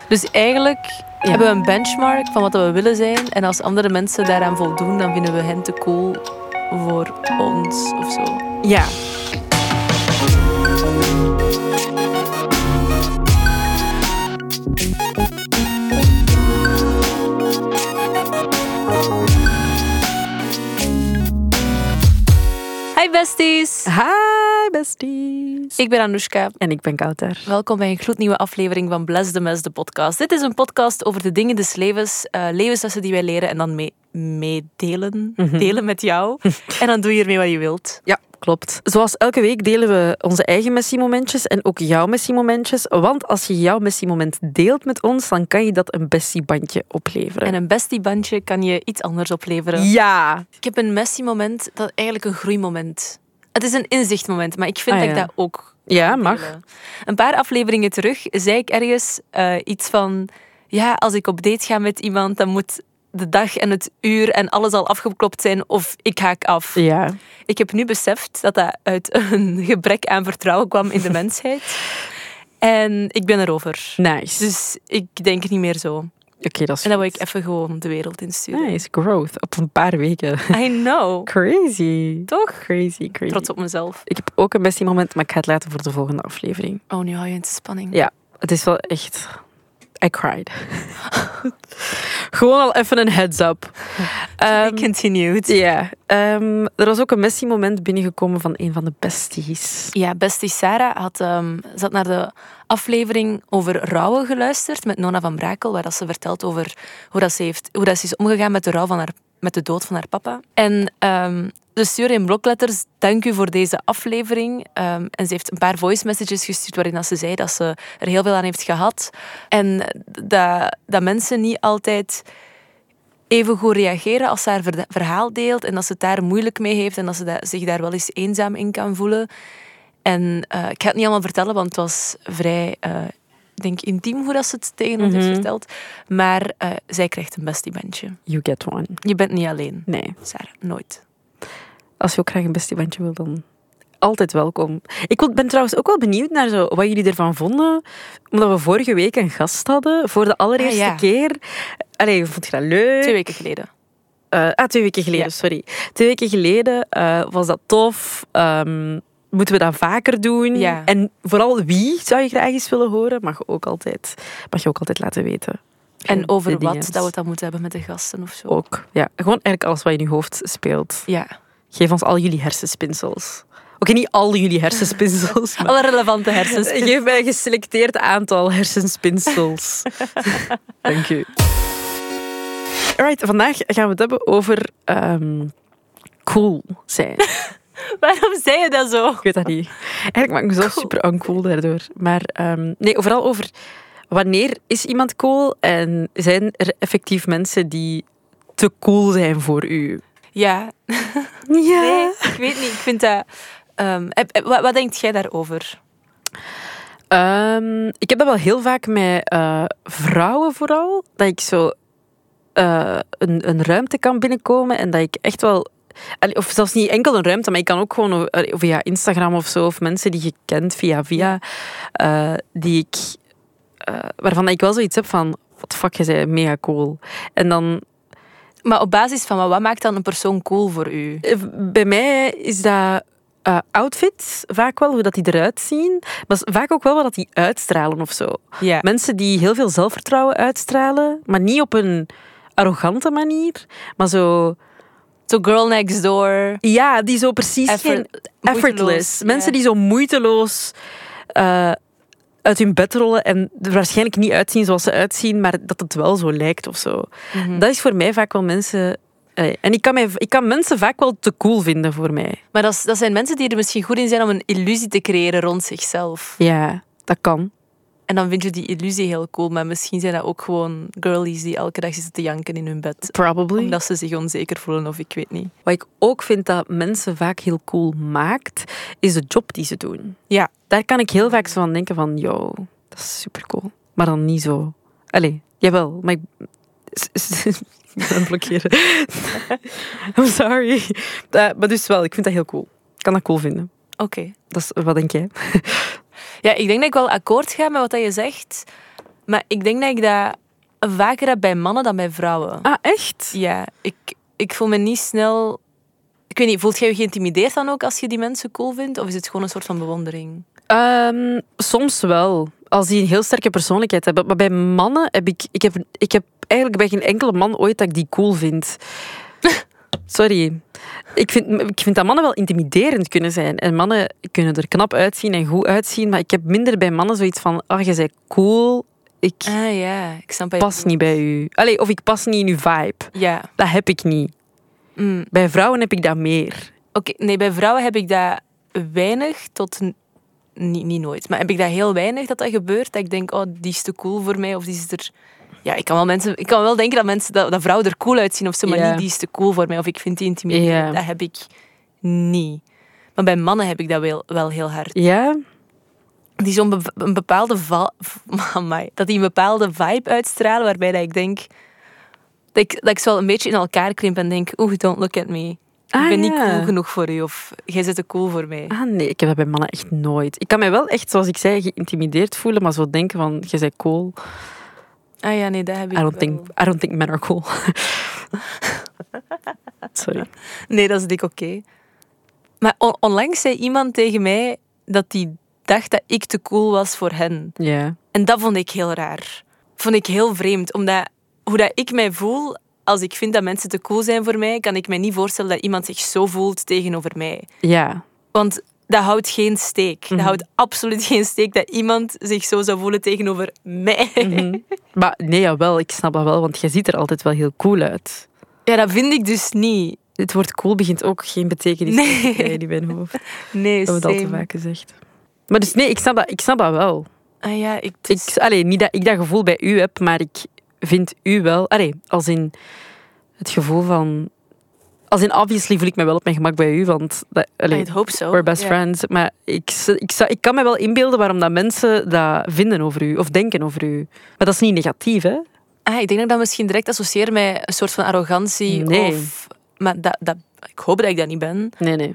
Dus eigenlijk hebben we een benchmark van wat we willen zijn. En als andere mensen daaraan voldoen, dan vinden we hen te cool voor ons of zo. Ja. Hi besties! Hi besties! Ik ben Anoushka. En ik ben Kouter. Welkom bij een gloednieuwe aflevering van Bless the Mess, de podcast. Dit is een podcast over de dingen des levens, levenslessen die wij leren en dan meedelen. Delen met jou. En dan doe je ermee wat je wilt. Ja, klopt. Zoals elke week delen we onze eigen Messi-momentjes en ook jouw Messi-momentjes. Want als je jouw Messi-moment deelt met ons, dan kan je dat een Bestie-bandje opleveren. En een Bestie-bandje kan je iets anders opleveren. Ja! Ik heb een Messi-moment, dat is eigenlijk een groeimoment. Het is een inzichtmoment, maar ik vind dat ik dat ook... Ja, mag. Een paar afleveringen terug zei ik ergens iets van... Ja, als ik op date ga met iemand, dan moet de dag en het uur en alles al afgeklopt zijn of ik haak af. Ja. Ik heb nu beseft dat dat uit een gebrek aan vertrouwen kwam in de mensheid. En ik ben erover. Nice. Dus ik denk niet meer zo. Oké, dat is En dan wil goed. ik even gewoon de wereld insturen. Nice, growth. Op een paar weken. I know. Crazy. Toch? Crazy. Trots op mezelf. Ik heb ook een Messi-moment, maar ik ga het laten voor de volgende aflevering. Oh, nu hou je in de spanning. Ja, het is wel echt... I cried. Gewoon al even een heads-up. Continued. Ja. Er was ook een Messi-moment binnengekomen van een van de besties. Ja, bestie Sarah zat naar de aflevering over rouwen geluisterd met Nona van Brakel, waar dat ze vertelt over hoe dat ze is omgegaan met de rouw van met de dood van haar papa. En ze stuurde in blokletters: dank u voor deze aflevering. En ze heeft een paar voice messages gestuurd waarin dat ze zei dat ze er heel veel aan heeft gehad. En dat mensen niet altijd even goed reageren als ze haar verhaal deelt en dat ze het daar moeilijk mee heeft en dat ze zich daar wel eens eenzaam in kan voelen. En ik ga het niet allemaal vertellen, want het was vrij intiem hoe dat ze het tegen ons heeft verteld. Maar zij krijgt een bestiebandje. You get one. Je bent niet alleen. Nee. Sarah, nooit. Als je ook graag een bestiebandje wil, dan altijd welkom. Ik ben trouwens ook wel benieuwd naar wat jullie ervan vonden. Omdat we vorige week een gast hadden, voor de allereerste keer. Allee, vond je dat leuk? 2 weken geleden. 2 weken geleden, sorry. 2 weken geleden was dat tof. Moeten we dat vaker doen? Ja. En vooral wie zou je graag eens willen horen? Mag je ook altijd laten weten. En over de wat DM's. dat we het dan moeten hebben met de gasten of zo. Ook, ja. Gewoon eigenlijk alles wat in je hoofd speelt. Ja. Geef ons al jullie hersenspinsels. Oké, niet al jullie hersenspinsels. Maar Alle relevante hersenspinsels. geef mij een geselecteerd aantal hersenspinsels. Dank u. Alright, vandaag gaan we het hebben over cool zijn. Waarom zei je dat zo? Ik weet dat niet. Eigenlijk maak ik mezelf super uncool daardoor. Maar nee, vooral over wanneer is iemand cool en zijn er effectief mensen die te cool zijn voor u? Ja. Ja. Nee, ik weet niet. Ik vind dat... wat denkt jij daarover? Ik heb dat wel heel vaak met vrouwen vooral. Dat ik zo een ruimte kan binnenkomen en dat ik echt wel... Of zelfs niet enkel een ruimte, maar ik kan ook gewoon via Instagram of zo, of mensen die je kent via die ik... waarvan ik wel zoiets heb van... What the fuck, je bent mega cool. En dan... Maar op basis van wat maakt dan een persoon cool voor u? Bij mij is dat outfits, vaak wel, hoe dat die eruit zien. Maar vaak ook wel wat dat die uitstralen of zo. Ja. Mensen die heel veel zelfvertrouwen uitstralen, maar niet op een arrogante manier, maar zo... Zo girl next door. Ja, die zo precies effortless. Moeiteloos, Mensen die zo moeiteloos uit hun bed rollen en er waarschijnlijk niet uitzien zoals ze uitzien, maar dat het wel zo lijkt of zo. Dat is voor mij vaak wel mensen... En ik kan mensen vaak wel te cool vinden voor mij. Maar dat zijn mensen die er misschien goed in zijn om een illusie te creëren rond zichzelf. Ja, dat kan. En dan vind je die illusie heel cool, maar misschien zijn dat ook gewoon girlies die elke dag zitten te janken in hun bed. Probably. Omdat ze zich onzeker voelen of ik weet niet. Wat ik ook vind dat mensen vaak heel cool maakt, is de job die ze doen. Ja. Daar kan ik heel vaak zo van denken van, yo, dat is super cool. Maar dan niet zo. Allee, jawel, maar ik ben aan het blokkeren. I'm sorry. Maar dus wel, ik vind dat heel cool. Ik kan dat cool vinden. Oké. Dat is, wat denk jij? Ja, ik denk dat ik wel akkoord ga met wat je zegt. Maar ik denk dat ik dat vaker heb bij mannen dan bij vrouwen. Ah, echt? Ja, ik voel me niet snel... Ik weet niet, voelt jij je geïntimideerd dan ook als je die mensen cool vindt? Of is het gewoon een soort van bewondering? Soms wel. Als die een heel sterke persoonlijkheid hebben. Maar bij mannen heb ik heb eigenlijk bij geen enkele man ooit dat ik die cool vind. Sorry. Ik vind dat mannen wel intimiderend kunnen zijn. En mannen kunnen er knap uitzien en goed uitzien. Maar ik heb minder bij mannen zoiets van... je bent cool. Ik Ik snap het. pas niet bij u. Allee, of ik pas niet in uw vibe. Ja. Dat heb ik niet. Bij vrouwen heb ik dat meer. Oké, nee, bij vrouwen heb ik dat weinig tot... Niet nooit, maar heb ik dat heel weinig dat gebeurt. Dat ik denk, die is te cool voor mij. Of die is er... Ja, ik kan wel denken dat vrouwen er cool uitzien of zo, maar niet die is te cool voor mij. Of ik vind die intimiderend. Ja. Dat heb ik niet. Maar bij mannen heb ik dat wel heel hard. Ja? Die zo'n een bepaalde... dat die een bepaalde vibe uitstralen, waarbij dat ik denk... Dat ik zo wel een beetje in elkaar krimp en denk... don't look at me. Ik ben niet cool genoeg voor u. Of jij zit te cool voor mij. Ah nee, ik heb dat bij mannen echt nooit. Ik kan mij wel echt, zoals ik zei, geïntimideerd voelen, maar zo denken van, jij bent cool. Ah ja, nee, dat heb ik I don't think men are cool. Sorry. Nee, dat is dik oké. Maar onlangs zei iemand tegen mij dat hij dacht dat ik te cool was voor hen. Ja. En dat vond ik heel raar. Vond ik heel vreemd. Omdat hoe dat ik mij voel, als ik vind dat mensen te cool zijn voor mij, kan ik mij niet voorstellen dat iemand zich zo voelt tegenover mij. Ja. Want dat houdt geen steek. Dat houdt absoluut geen steek dat iemand zich zo zou voelen tegenover mij. Maar nee, jawel, ik snap dat wel, want jij ziet er altijd wel heel cool uit. Ja, dat vind ik dus niet. Het woord cool begint ook geen betekenis te krijgen in mijn hoofd. Nee, dat wordt al te vaak gezegd. Maar dus nee, ik snap dat wel. Ah ja, niet dat ik dat gevoel bij u heb, maar ik vind u wel... als in het gevoel van... Als in, obviously voel ik me wel op mijn gemak bij u, want... I hope so. We're best friends. Maar ik kan me wel inbeelden waarom dat mensen dat vinden over u, of denken over u. Maar dat is niet negatief, hè? Ik denk dat ik dat misschien direct associeer met een soort van arrogantie. Nee. Maar ik hoop dat ik dat niet ben. Nee.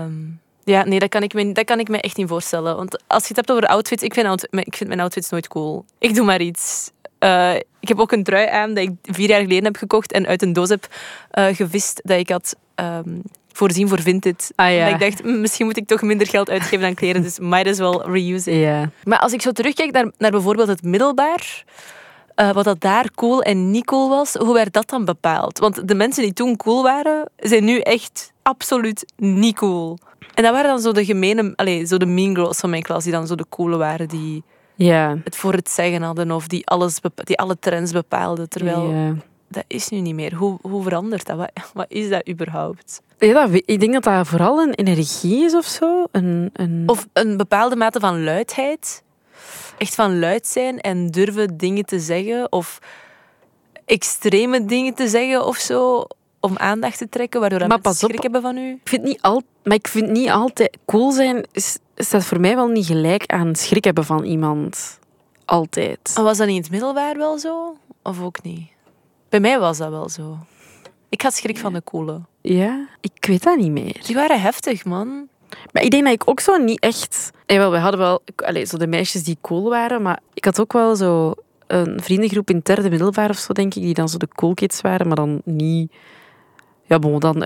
Ja, nee, dat kan ik me echt niet voorstellen. Want als je het hebt over outfits, ik vind mijn outfits nooit cool. Ik doe maar iets. Ik heb ook een trui aan dat ik 4 jaar geleden heb gekocht en uit een doos heb gevist dat ik had voorzien voor Vinted. Ah, ja. En ik dacht, misschien moet ik toch minder geld uitgeven aan kleren, dus might as well reuse it. Ja. Maar als ik zo terugkijk naar bijvoorbeeld het middelbaar, wat dat daar cool en niet cool was, hoe werd dat dan bepaald? Want de mensen die toen cool waren, zijn nu echt absoluut niet cool. En dat waren dan zo de zo de mean girls van mijn klas, die dan zo de coole waren, die het voor het zeggen hadden of die alle trends bepaalden. Terwijl dat is nu niet meer. Hoe verandert dat? Wat is dat überhaupt? Ja, ik denk dat dat vooral een energie is of zo. Of een bepaalde mate van luidheid. Echt van luid zijn en durven dingen te zeggen. Of extreme dingen te zeggen of zo. Om aandacht te trekken, waardoor mensen schrik hebben van u. Ik vind niet altijd... Cool zijn staat voor mij wel niet gelijk aan schrik hebben van iemand. Altijd. Maar was dat niet in het middelbaar wel zo? Of ook niet? Bij mij was dat wel zo. Ik had schrik van de coole. Ja? Ik weet dat niet meer. Die waren heftig, man. Maar ik denk dat ik ook zo niet echt... Jawel, we hadden wel zo de meisjes die cool waren, maar ik had ook wel zo een vriendengroep in het 3e middelbaar of zo, denk ik, die dan zo de cool kids waren, maar dan niet... Ja,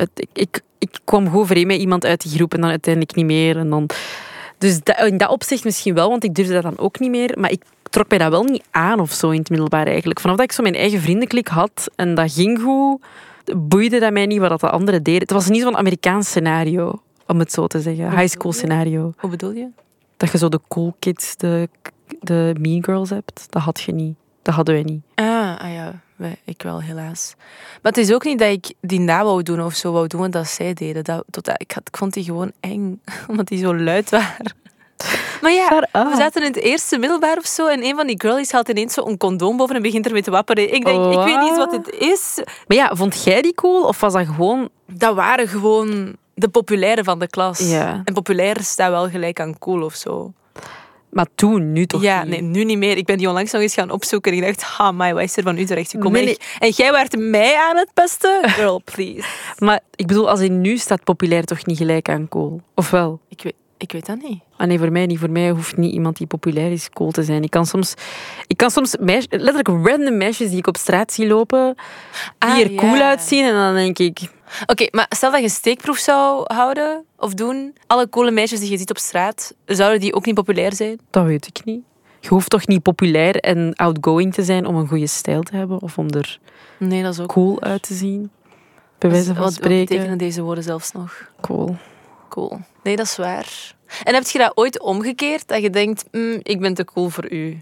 ik kwam goed overeen met iemand uit die groep en dan uiteindelijk niet meer. En dan... Dus in dat opzicht misschien wel, want ik durfde dat dan ook niet meer. Maar ik trok mij dat wel niet aan of zo in het middelbaar eigenlijk. Vanaf dat ik zo mijn eigen vriendenklik had en dat ging goed, boeide dat mij niet wat de anderen deden. Het was niet zo'n Amerikaans scenario, om het zo te zeggen. High school scenario. Hoe bedoel je? Dat je zo de cool kids, de mean girls hebt. Dat had je niet. Dat hadden wij niet. Ah ja, ik wel helaas. Maar het is ook niet dat ik die na wou doen of zo wou doen dat zij deden. Ik vond die gewoon eng, omdat die zo luid waren. Maar ja, we zaten in het 1e middelbaar of zo en een van die girlies haalt ineens zo een condoom boven en begint ermee te wapperen. Ik denk, ik weet niet wat het is. Maar ja, vond jij die cool of was dat gewoon... Dat waren gewoon de populaire van de klas. Ja. En populair staat wel gelijk aan cool of zo. Maar toen, nu toch niet? Ja, nee, nu niet meer. Ik ben die onlangs nog eens gaan opzoeken en ik dacht, wat is er van Utrecht gekomen? Nee. En jij werd mij aan het pesten? Girl, please. Maar ik bedoel, als in nu staat populair toch niet gelijk aan cool? Of wel? Ik weet dat niet. Ah nee, voor mij niet. Voor mij hoeft niet iemand die populair is cool te zijn. Ik kan soms letterlijk random meisjes die ik op straat zie lopen, die er cool uitzien. En dan denk ik... Oké, maar stel dat je een steekproef zou houden of doen. Alle coole meisjes die je ziet op straat, zouden die ook niet populair zijn? Dat weet ik niet. Je hoeft toch niet populair en outgoing te zijn om een goede stijl te hebben? Of om er dat is ook cool uit te zien? Bij wijze van wat spreken. betekenen deze woorden zelfs nog? Cool. Nee, dat is waar. En heb je dat ooit omgekeerd? Dat je denkt, ik ben te cool voor u?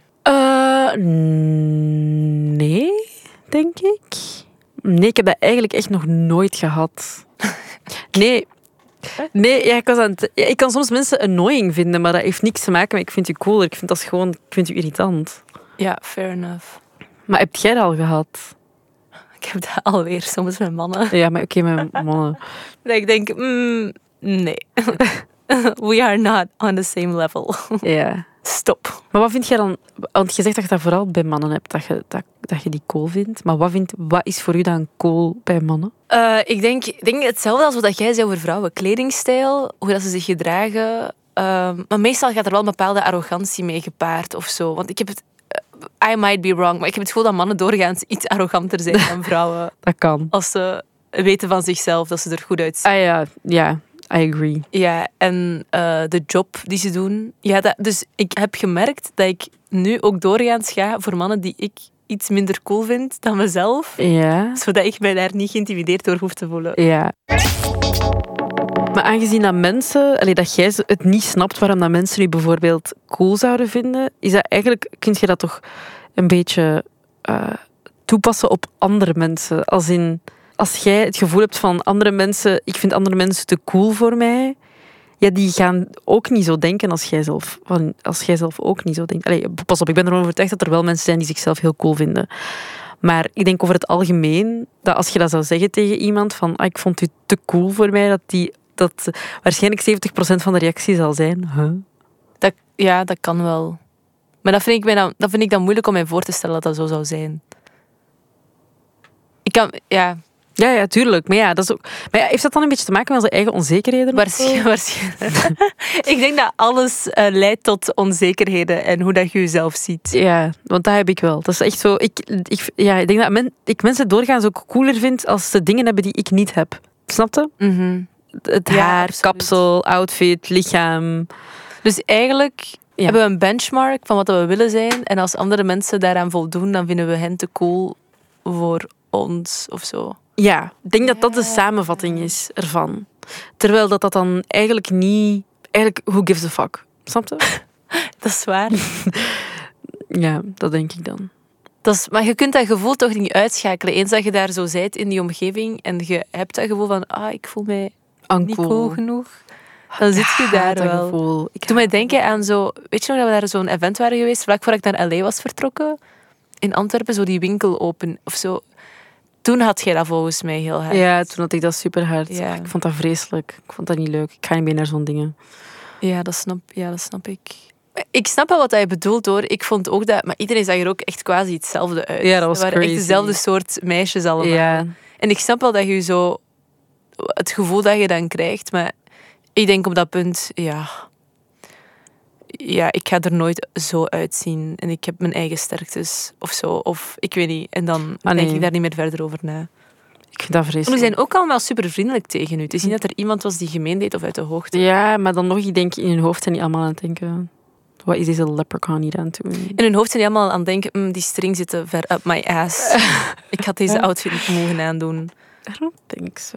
Nee, denk ik. Nee, ik heb dat eigenlijk echt nog nooit gehad. Nee, ja, ik kan soms mensen annoying vinden, maar dat heeft niks te maken met ik vind u cooler. Ik vind u irritant. Ja, fair enough. Maar heb jij dat al gehad? Ik heb dat alweer, soms met mannen. Ja, maar oké, met mannen. Dat ik denk, nee. We are not on the same level. Ja. Stop. Maar wat vind jij dan... Want je zegt dat je dat vooral bij mannen hebt, dat je die cool vindt. Maar wat is voor u dan cool bij mannen? Ik denk hetzelfde als wat jij zei over vrouwen. Kledingstijl, hoe dat ze zich gedragen. Maar meestal gaat er wel een bepaalde arrogantie mee gepaard of zo. Want ik heb het... I might be wrong, maar ik heb het gevoel dat mannen doorgaans iets arroganter zijn dan vrouwen. Dat kan. Als ze weten van zichzelf, dat ze er goed uitzien. Ja, I agree. Ja, en de job die ze doen. Ja, dus ik heb gemerkt dat ik nu ook doorgaans ga voor mannen die ik iets minder cool vind dan mezelf. Ja. Zodat ik mij daar niet geïntimideerd door hoef te voelen. Ja. Maar aangezien dat mensen... dat jij het niet snapt waarom dat mensen u bijvoorbeeld cool zouden vinden, is dat eigenlijk... Kun je dat toch een beetje toepassen op andere mensen? Als jij het gevoel hebt van andere mensen... Ik vind andere mensen te cool voor mij. Ja, die gaan ook niet zo denken als jij zelf ook niet zo denkt. Pas op, ik ben ervan overtuigd dat er wel mensen zijn die zichzelf heel cool vinden. Maar ik denk over het algemeen, dat als je dat zou zeggen tegen iemand van ik vond u te cool voor mij, dat waarschijnlijk 70% van de reactie zal zijn. Huh? Dat kan wel. Maar dat vind ik dan moeilijk om mij voor te stellen dat dat zo zou zijn. Ja, tuurlijk. Maar ja, dat is ook... Maar ja, heeft dat dan een beetje te maken met onze eigen onzekerheden? Waarschijnlijk. Ik denk dat alles leidt tot onzekerheden en hoe dat je jezelf ziet. Ja, want dat heb ik wel. Dat is echt zo... Ik denk dat ik mensen doorgaans ook cooler vind als ze dingen hebben die ik niet heb. Snap je? Mm-hmm. Het haar, absoluut. Kapsel, outfit, lichaam. Dus eigenlijk hebben we een benchmark van wat we willen zijn. En als andere mensen daaraan voldoen, dan vinden we hen te cool voor ons of zo. Ja, ik denk dat dat de samenvatting is ervan. Terwijl dat dan eigenlijk niet... Eigenlijk, who gives a fuck? Snap je? Dat is waar. Ja, dat denk ik dan. Maar je kunt dat gevoel toch niet uitschakelen. Eens dat je daar zo bent in die omgeving en je hebt dat gevoel van ik voel mij niet cool genoeg. Dan zit je daar wel. Gevoel. Doe mij denken aan zo... Weet je nog dat we daar zo'n event waren geweest, vlak voordat ik naar L.A. was vertrokken? In Antwerpen, zo die winkel open of zo. Toen had jij dat volgens mij heel hard. Ja, toen had ik dat super hard. Ja. Ik vond dat vreselijk. Ik vond dat niet leuk. Ik ga niet meer naar zo'n dingen. Ja, dat snap ik. Ik snap wel wat hij bedoelt, hoor. Ik vond ook dat... Maar iedereen zag er ook echt quasi hetzelfde uit. Ja, dat was waren crazy. Echt dezelfde soort meisjes allemaal. Ja. En ik snap wel dat je zo... Het gevoel dat je dan krijgt, maar ik denk op dat punt, ik ga er nooit zo uitzien. En ik heb mijn eigen sterktes of zo. Of ik weet niet. En dan denk ik daar niet meer verder over na. Ik vind dat vreselijk. En we zijn ook allemaal super vriendelijk tegen u. Het is niet dat er iemand was die gemeen deed of uit de hoogte. Ja, maar dan nog, ik denk in hun hoofd zijn die allemaal aan het denken... Wat is deze leprechaun hier aan het doen? In hun hoofd zijn die allemaal aan het denken... die string zit te ver up my ass. Ik had deze outfit niet mogen aandoen. I don't think so.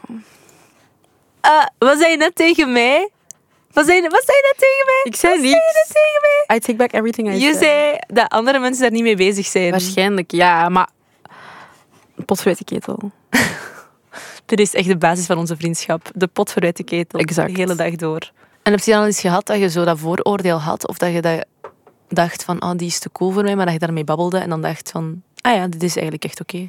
Wat zei je net tegen mij? Wat zei je net tegen mij? Ik zei niets. Tegen mij? I take back everything I said. Je zei dat andere mensen daar niet mee bezig zijn. Waarschijnlijk, ja, maar... Potverwijt de ketel. Dit is echt de basis van onze vriendschap. De pot verwijt de ketel. Exact. De hele dag door. En heb je dan al eens gehad dat je zo dat vooroordeel had? Of dat je dacht van, die is te cool voor mij, maar dat je daarmee babbelde en dan dacht van, dit is eigenlijk echt oké.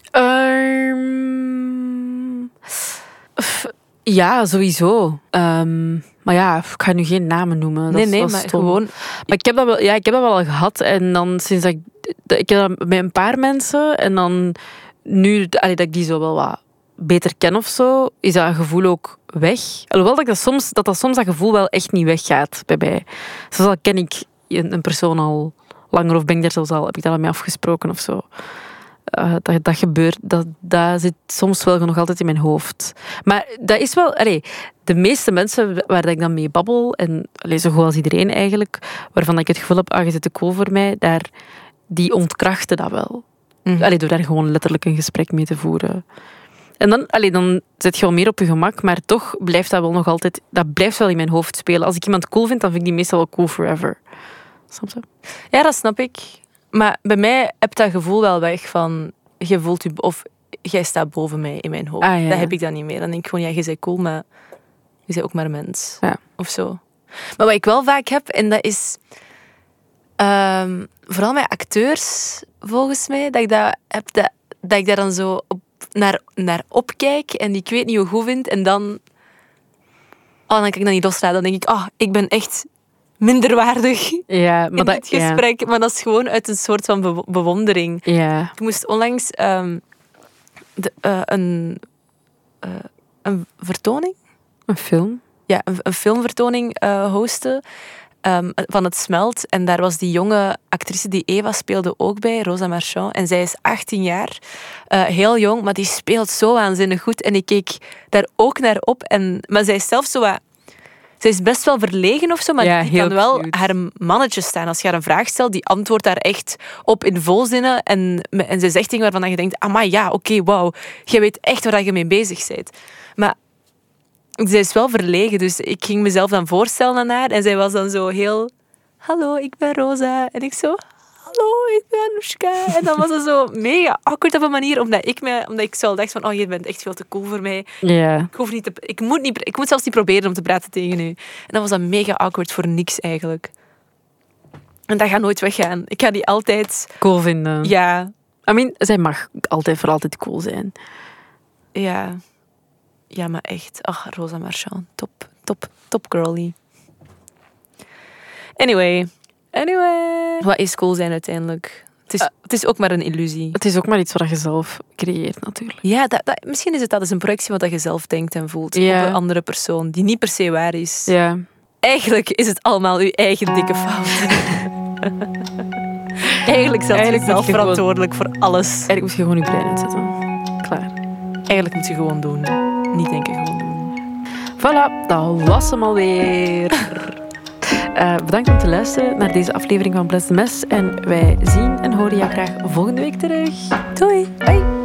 Ja, sowieso. Maar ja, ik ga nu geen namen noemen. Dat Nee, is maar stom. gewoon... Maar ik heb dat wel al gehad. En dan sinds dat ik heb dat met een paar mensen. En dan nu dat ik die zo wel wat beter ken of zo, is dat gevoel ook weg. Alhoewel dat soms dat gevoel wel echt niet weggaat bij mij. Zoals al ken ik een persoon al langer of ben ik daar zelfs al, heb ik daar al mee afgesproken of zo. Dat gebeurt, dat zit soms wel nog altijd in mijn hoofd. Maar dat is wel... de meeste mensen waar ik dan mee babbel, en zo goed als iedereen eigenlijk, waarvan ik het gevoel heb, je zit te cool voor mij, die ontkrachten dat wel. Mhm. Door daar gewoon letterlijk een gesprek mee te voeren. En dan zit je wel meer op je gemak, maar toch blijft dat wel nog altijd... Dat blijft wel in mijn hoofd spelen. Als ik iemand cool vind, dan vind ik die meestal wel cool forever. Snap je? Ja, dat snap ik. Maar bij mij heb dat gevoel wel weg van... Je voelt je... Of jij staat boven mij in mijn hoofd. Ah, ja. Dat heb ik dan niet meer. Dan denk ik gewoon, ja, je bent cool, maar je bent ook maar een mens. Ja. Of zo. Maar wat ik wel vaak heb, en dat is... vooral met acteurs, volgens mij, dat ik dat heb... Dat ik daar dan zo naar opkijk en die ik weet niet hoe goed vind. En dan... dan kan ik dat niet loslaten. Dan denk ik, ik ben echt minderwaardig Ja, maar in dit gesprek. Ja. Maar dat is gewoon uit een soort van bewondering. Ja. Ik moest onlangs een vertoning? Een film? Ja, een filmvertoning hosten van Het Smelt. En daar was die jonge actrice die Eva speelde ook bij, Rosa Marchand. En zij is 18 jaar, heel jong, maar die speelt zo waanzinnig goed. En ik keek daar ook naar op. Maar zij is zelf zo wat... Zij is best wel verlegen of zo, maar Ja, die kan wel cute. haar mannetje staan. Als je haar een vraag stelt, die antwoordt daar echt op in volzinnen. En ze zegt dingen waarvan je denkt, amai, ja, oké, wauw. Jij weet echt waar je mee bezig bent. Maar zij is wel verlegen, dus ik ging mezelf dan voorstellen aan haar. En zij was dan zo heel... Hallo, ik ben Rosa. En ik zo... Hallo, ik ben Anoushka. En dan was het zo mega awkward op een manier, omdat ik zo dacht van, je bent echt veel te cool voor mij. Ja. Ik moet zelfs niet proberen om te praten tegen u. En dan was dat mega awkward voor niks eigenlijk. En dat gaat nooit weggaan. Ik ga die altijd... Cool vinden. Ja. Zij mag altijd voor altijd cool zijn. Ja. Ja, maar echt. Rosa Marchand. Top girlie. Anyway. Wat is cool zijn uiteindelijk? Het is ook maar een illusie. Het is ook maar iets wat je zelf creëert, natuurlijk. Ja, misschien is dat is een projectie wat je zelf denkt en voelt. Ja. Op een andere persoon, die niet per se waar is. Ja. Eigenlijk is het allemaal uw eigen dikke fout. Eigenlijk zelf Eigenlijk moet je verantwoordelijk voor alles. Eigenlijk moet je gewoon je brein uitzetten. Klaar. Eigenlijk moet je gewoon doen. Niet denken, gewoon doen. Voilà, dat was hem alweer. Bedankt om te luisteren naar deze aflevering van Bless the Mess. En wij zien en horen jou graag volgende week terug. Doei. Bye.